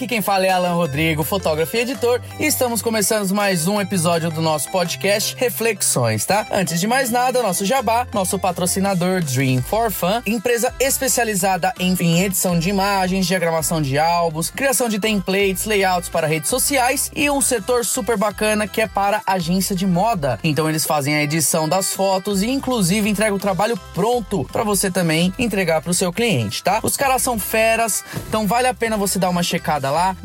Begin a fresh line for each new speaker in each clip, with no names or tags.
Aqui quem fala é Alan Rodrigo, fotógrafo e editor, e estamos começando mais um episódio do nosso podcast Reflexões, tá? Antes de mais nada, nosso jabá, nosso patrocinador Dream for Fun, empresa especializada em edição de imagens, diagramação de álbuns, criação de templates, layouts para redes sociais e um setor super bacana que é para agência de moda. Então eles fazem a edição das fotos e inclusive entregam o trabalho pronto para você também entregar para o seu cliente, tá? Os caras são feras, então vale a pena você dar uma checada lá,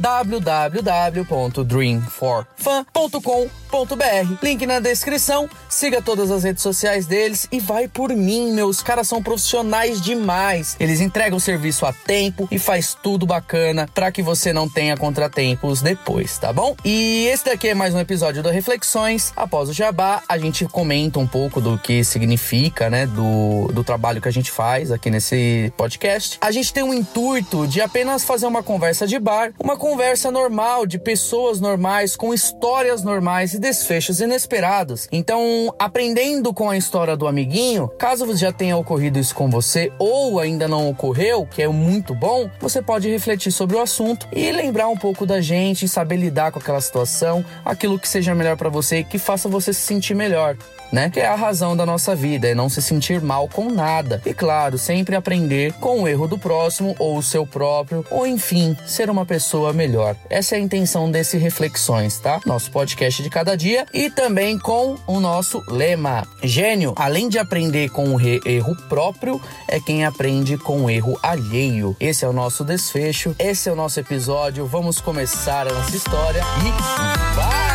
www.dreamforfun.com.br, link na descrição, siga todas as redes sociais deles e vai por mim, meus caras são profissionais demais, eles entregam o serviço a tempo e faz tudo bacana para que você não tenha contratempos depois, tá bom? E esse daqui é mais um episódio do Reflexões. Após o jabá, a gente comenta um pouco do que significa, né, do trabalho que a gente faz aqui nesse podcast. A gente tem um intuito de apenas fazer uma conversa de bar, uma conversa normal de pessoas normais, com histórias normais e desfechos inesperados. Então, aprendendo com a história do amiguinho, caso já tenha ocorrido isso com você ou ainda não ocorreu, que é muito bom, você pode refletir sobre o assunto e lembrar um pouco da gente, saber lidar com aquela situação, aquilo que seja melhor pra você e que faça você se sentir melhor, né? Que é a razão da nossa vida, é não se sentir mal com nada. E claro, sempre aprender com o erro do próximo ou o seu próprio, ou enfim, ser uma pessoa melhor. Essa é a intenção desse Reflexões, tá? Nosso podcast de cada dia e também com o nosso lema: gênio, além de aprender com o erro próprio, é quem aprende com o erro alheio. Esse é o nosso desfecho, esse é o nosso episódio. Vamos começar a nossa história e vai!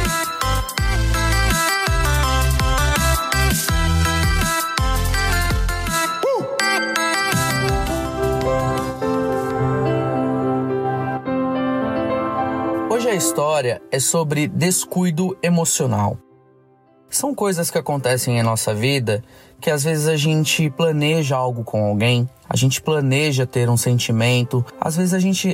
Hoje a história é sobre descuido emocional. São coisas que acontecem em nossa vida que às vezes a gente planeja algo com alguém, a gente planeja ter um sentimento, às vezes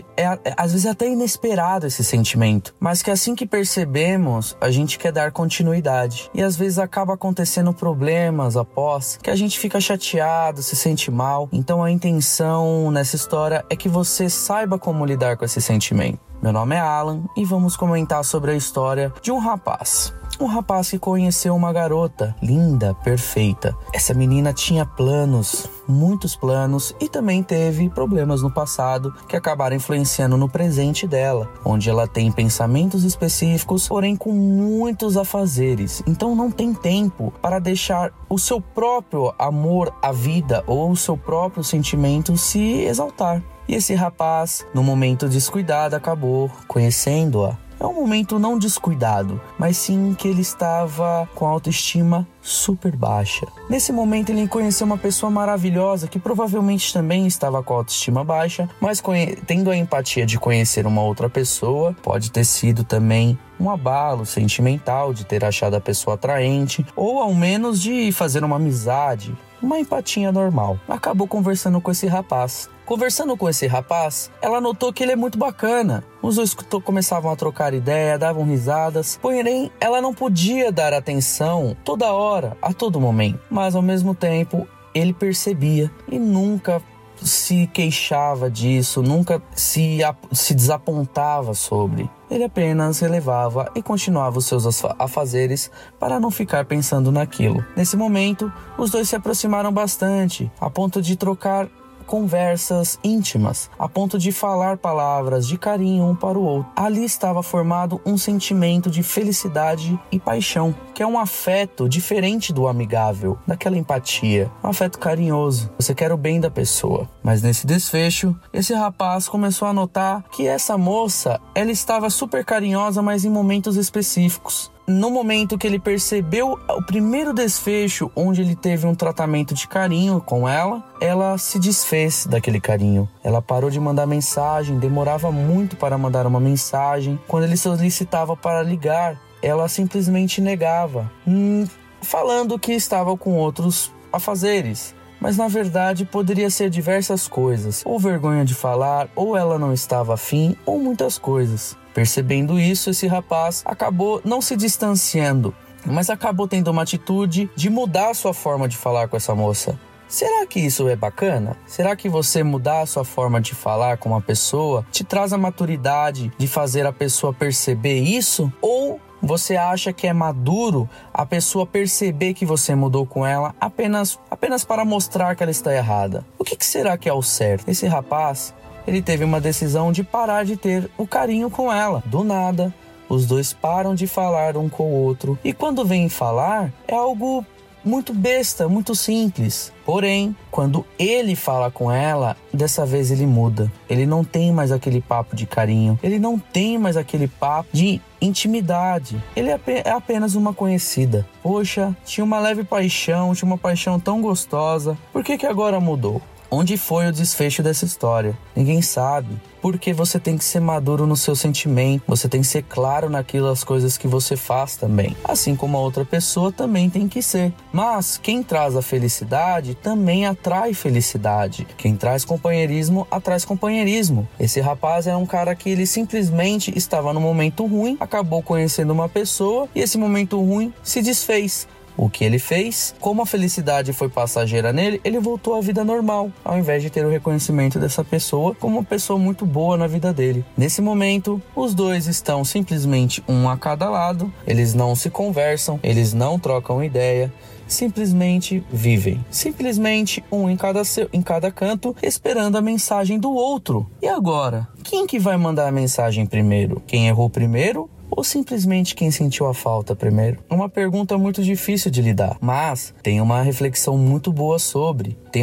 é até inesperado esse sentimento, mas que assim que percebemos, a gente quer dar continuidade. E às vezes acaba acontecendo problemas após, que a gente fica chateado, se sente mal. Então a intenção nessa história é que você saiba como lidar com esse sentimento. Meu nome é Alan e vamos comentar sobre a história de um rapaz. Um rapaz que conheceu uma garota linda, perfeita. Essa menina tinha planos, muitos planos, e também teve problemas no passado que acabaram influenciando no presente dela, onde ela tem pensamentos específicos, porém com muitos afazeres. Então não tem tempo para deixar o seu próprio amor à vida ou o seu próprio sentimento se exaltar. E esse rapaz, no momento descuidado, acabou conhecendo-a. É um momento não descuidado, mas sim que ele estava com a autoestima super baixa. Nesse momento ele conheceu uma pessoa maravilhosa que provavelmente também estava com a autoestima baixa, mas tendo a empatia de conhecer uma outra pessoa, pode ter sido também um abalo sentimental de ter achado a pessoa atraente, ou ao menos de fazer uma amizade, uma empatia normal. Acabou conversando com esse rapaz. Conversando com esse rapaz, ela notou que ele é muito bacana. Os dois começavam a trocar ideia, davam risadas, porém ela não podia dar atenção toda hora, a todo momento. Mas ao mesmo tempo, ele percebia e nunca se queixava disso, nunca se desapontava sobre. Ele apenas relevava e continuava os seus afazeres para não ficar pensando naquilo. Nesse momento, os dois se aproximaram bastante, a ponto de trocar conversas íntimas, a ponto de falar palavras de carinho um para o outro. Ali estava formado um sentimento de felicidade e paixão, que é um afeto diferente do amigável, daquela empatia, um afeto carinhoso. Você quer o bem da pessoa. Mas nesse desfecho, esse rapaz começou a notar que essa moça, ela estava super carinhosa, mas em momentos específicos. No momento que ele percebeu o primeiro desfecho, onde ele teve um tratamento de carinho com ela se desfez daquele carinho. Ela parou de mandar mensagem, demorava muito para mandar uma mensagem. Quando ele solicitava para ligar, ela simplesmente negava, falando que estava com outros afazeres. Mas na verdade poderia ser diversas coisas, ou vergonha de falar, ou ela não estava afim, ou muitas coisas. Percebendo isso, esse rapaz acabou não se distanciando, mas acabou tendo uma atitude de mudar a sua forma de falar com essa moça. Será que isso é bacana? Será que você mudar a sua forma de falar com uma pessoa te traz a maturidade de fazer a pessoa perceber isso? Ou você acha que é maduro a pessoa perceber que você mudou com ela apenas para mostrar que ela está errada? O que será que é o certo? Esse rapaz, ele teve uma decisão de parar de ter o carinho com ela. Do nada, os dois param de falar um com o outro. E quando vêm falar, é algo muito besta, muito simples. Porém, quando ele fala com ela, dessa vez ele muda. Ele não tem mais aquele papo de carinho. Ele não tem mais aquele papo de intimidade. Ele é apenas uma conhecida. Poxa, tinha uma leve paixão, tinha uma paixão tão gostosa. Por que agora mudou? Onde foi o desfecho dessa história? Ninguém sabe. Porque você tem que ser maduro no seu sentimento. Você tem que ser claro naquelas coisas que você faz também. Assim como a outra pessoa também tem que ser. Mas quem traz a felicidade também atrai felicidade. Quem traz companheirismo, atrai companheirismo. Esse rapaz era um cara que ele simplesmente estava num momento ruim, acabou conhecendo uma pessoa e esse momento ruim se desfez. O que ele fez? Como a felicidade foi passageira nele, ele voltou à vida normal, ao invés de ter o reconhecimento dessa pessoa como uma pessoa muito boa na vida dele. Nesse momento, os dois estão simplesmente um a cada lado, eles não se conversam, eles não trocam ideia, simplesmente vivem. Simplesmente um em cada canto, esperando a mensagem do outro. E agora? Quem que vai mandar a mensagem primeiro? Quem errou primeiro? Ou simplesmente quem sentiu a falta primeiro? É uma pergunta muito difícil de lidar, mas tem uma reflexão muito boa sobre. Tem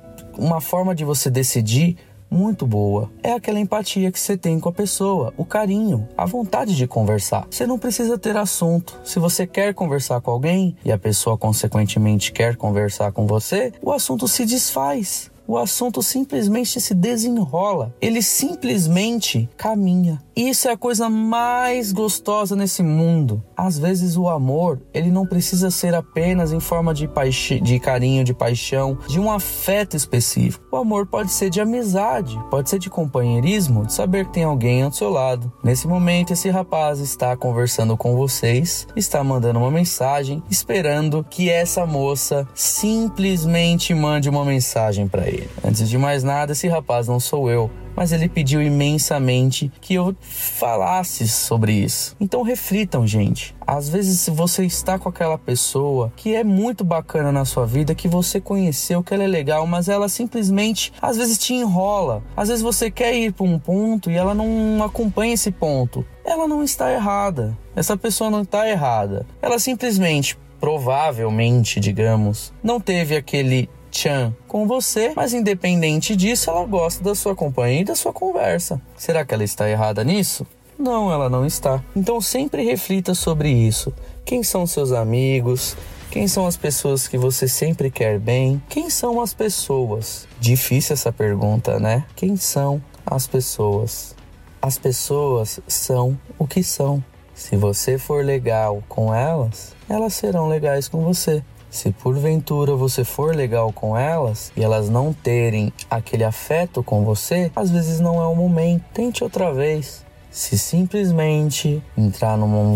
uma forma de você decidir muito boa. É aquela empatia que você tem com a pessoa, o carinho, a vontade de conversar. Você não precisa ter assunto. Se você quer conversar com alguém e a pessoa consequentemente quer conversar com você, o assunto se desfaz. O assunto simplesmente se desenrola. Ele simplesmente caminha. Isso é a coisa mais gostosa nesse mundo. Às vezes o amor, ele não precisa ser apenas em forma de carinho, de paixão, de um afeto específico. O amor pode ser de amizade, pode ser de companheirismo, de saber que tem alguém ao seu lado. Nesse momento, esse rapaz está conversando com vocês, está mandando uma mensagem, esperando que essa moça simplesmente mande uma mensagem para ele. Antes de mais nada, esse rapaz não sou eu, mas ele pediu imensamente que eu falasse sobre isso. Então reflitam, gente. Às vezes, se você está com aquela pessoa que é muito bacana na sua vida, que você conheceu, que ela é legal, mas ela simplesmente, às vezes, te enrola. Às vezes você quer ir para um ponto e ela não acompanha esse ponto. Ela não está errada. Essa pessoa não está errada. Ela simplesmente, provavelmente, digamos, não teve aquele tchan com você, mas independente disso, ela gosta da sua companhia e da sua conversa. Será que ela está errada nisso? Não, ela não está. Então sempre reflita sobre isso. Quem são seus amigos? Quem são as pessoas que você sempre quer bem? Quem são as pessoas? Difícil essa pergunta, né? Quem são as pessoas? As pessoas são o que são. Se você for legal com elas, elas serão legais com você. Se porventura você for legal com elas e elas não terem aquele afeto com você, às vezes não é o momento. Tente outra vez. Se simplesmente entrar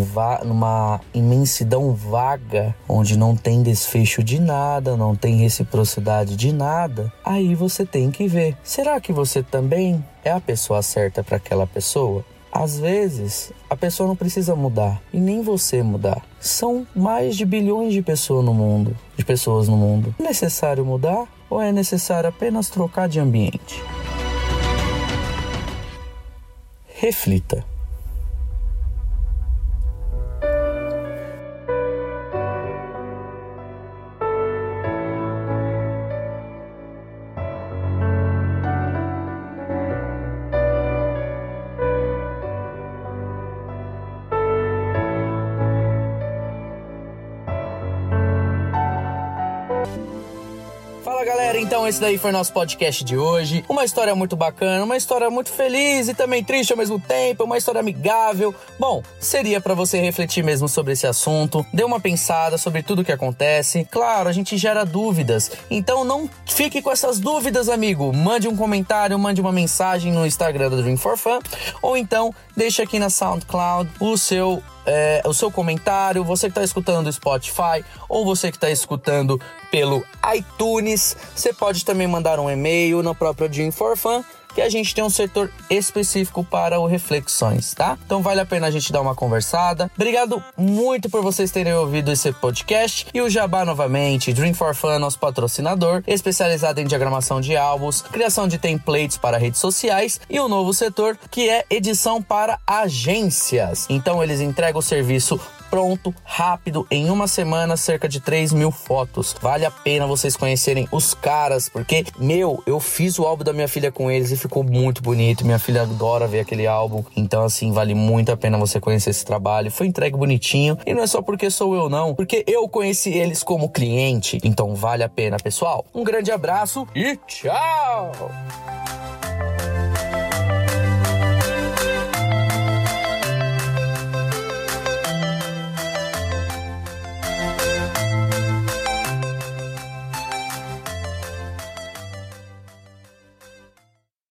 numa imensidão vaga, onde não tem desfecho de nada, não tem reciprocidade de nada, aí você tem que ver. Será que você também é a pessoa certa para aquela pessoa? Às vezes, a pessoa não precisa mudar e nem você mudar. São mais de bilhões de pessoas no mundo. É necessário mudar ou é necessário apenas trocar de ambiente? Reflita. Galera, então esse daí foi nosso podcast de hoje. Uma história muito bacana, uma história muito feliz e também triste ao mesmo tempo, uma história amigável. Bom, seria pra você refletir mesmo sobre esse assunto, dê uma pensada sobre tudo o que acontece. Claro, a gente gera dúvidas, então não fique com essas dúvidas, amigo. Mande um comentário, mande uma mensagem no Instagram do Dream for Fun, ou então deixe aqui na SoundCloud o seu o seu comentário, você que está escutando do Spotify ou você que está escutando pelo iTunes. Você pode também mandar um e-mail na própria Dream for Fun, que a gente tem um setor específico para o Reflexões, tá? Então vale a pena a gente dar uma conversada. Obrigado muito por vocês terem ouvido esse podcast. E o Jabá novamente, Dream for Fun, nosso patrocinador, especializado em diagramação de álbuns, criação de templates para redes sociais e um novo setor que é edição para agências. Então eles entregam o serviço pronto, rápido, em uma semana, cerca de 3.000 fotos. Vale a pena vocês conhecerem os caras, porque, eu fiz o álbum da minha filha com eles e ficou muito bonito. Minha filha adora ver aquele álbum. Então, assim, vale muito a pena você conhecer esse trabalho. Foi entregue bonitinho. E não é só porque sou eu, não. Porque eu conheci eles como cliente. Então, vale a pena, pessoal. Um grande abraço e tchau!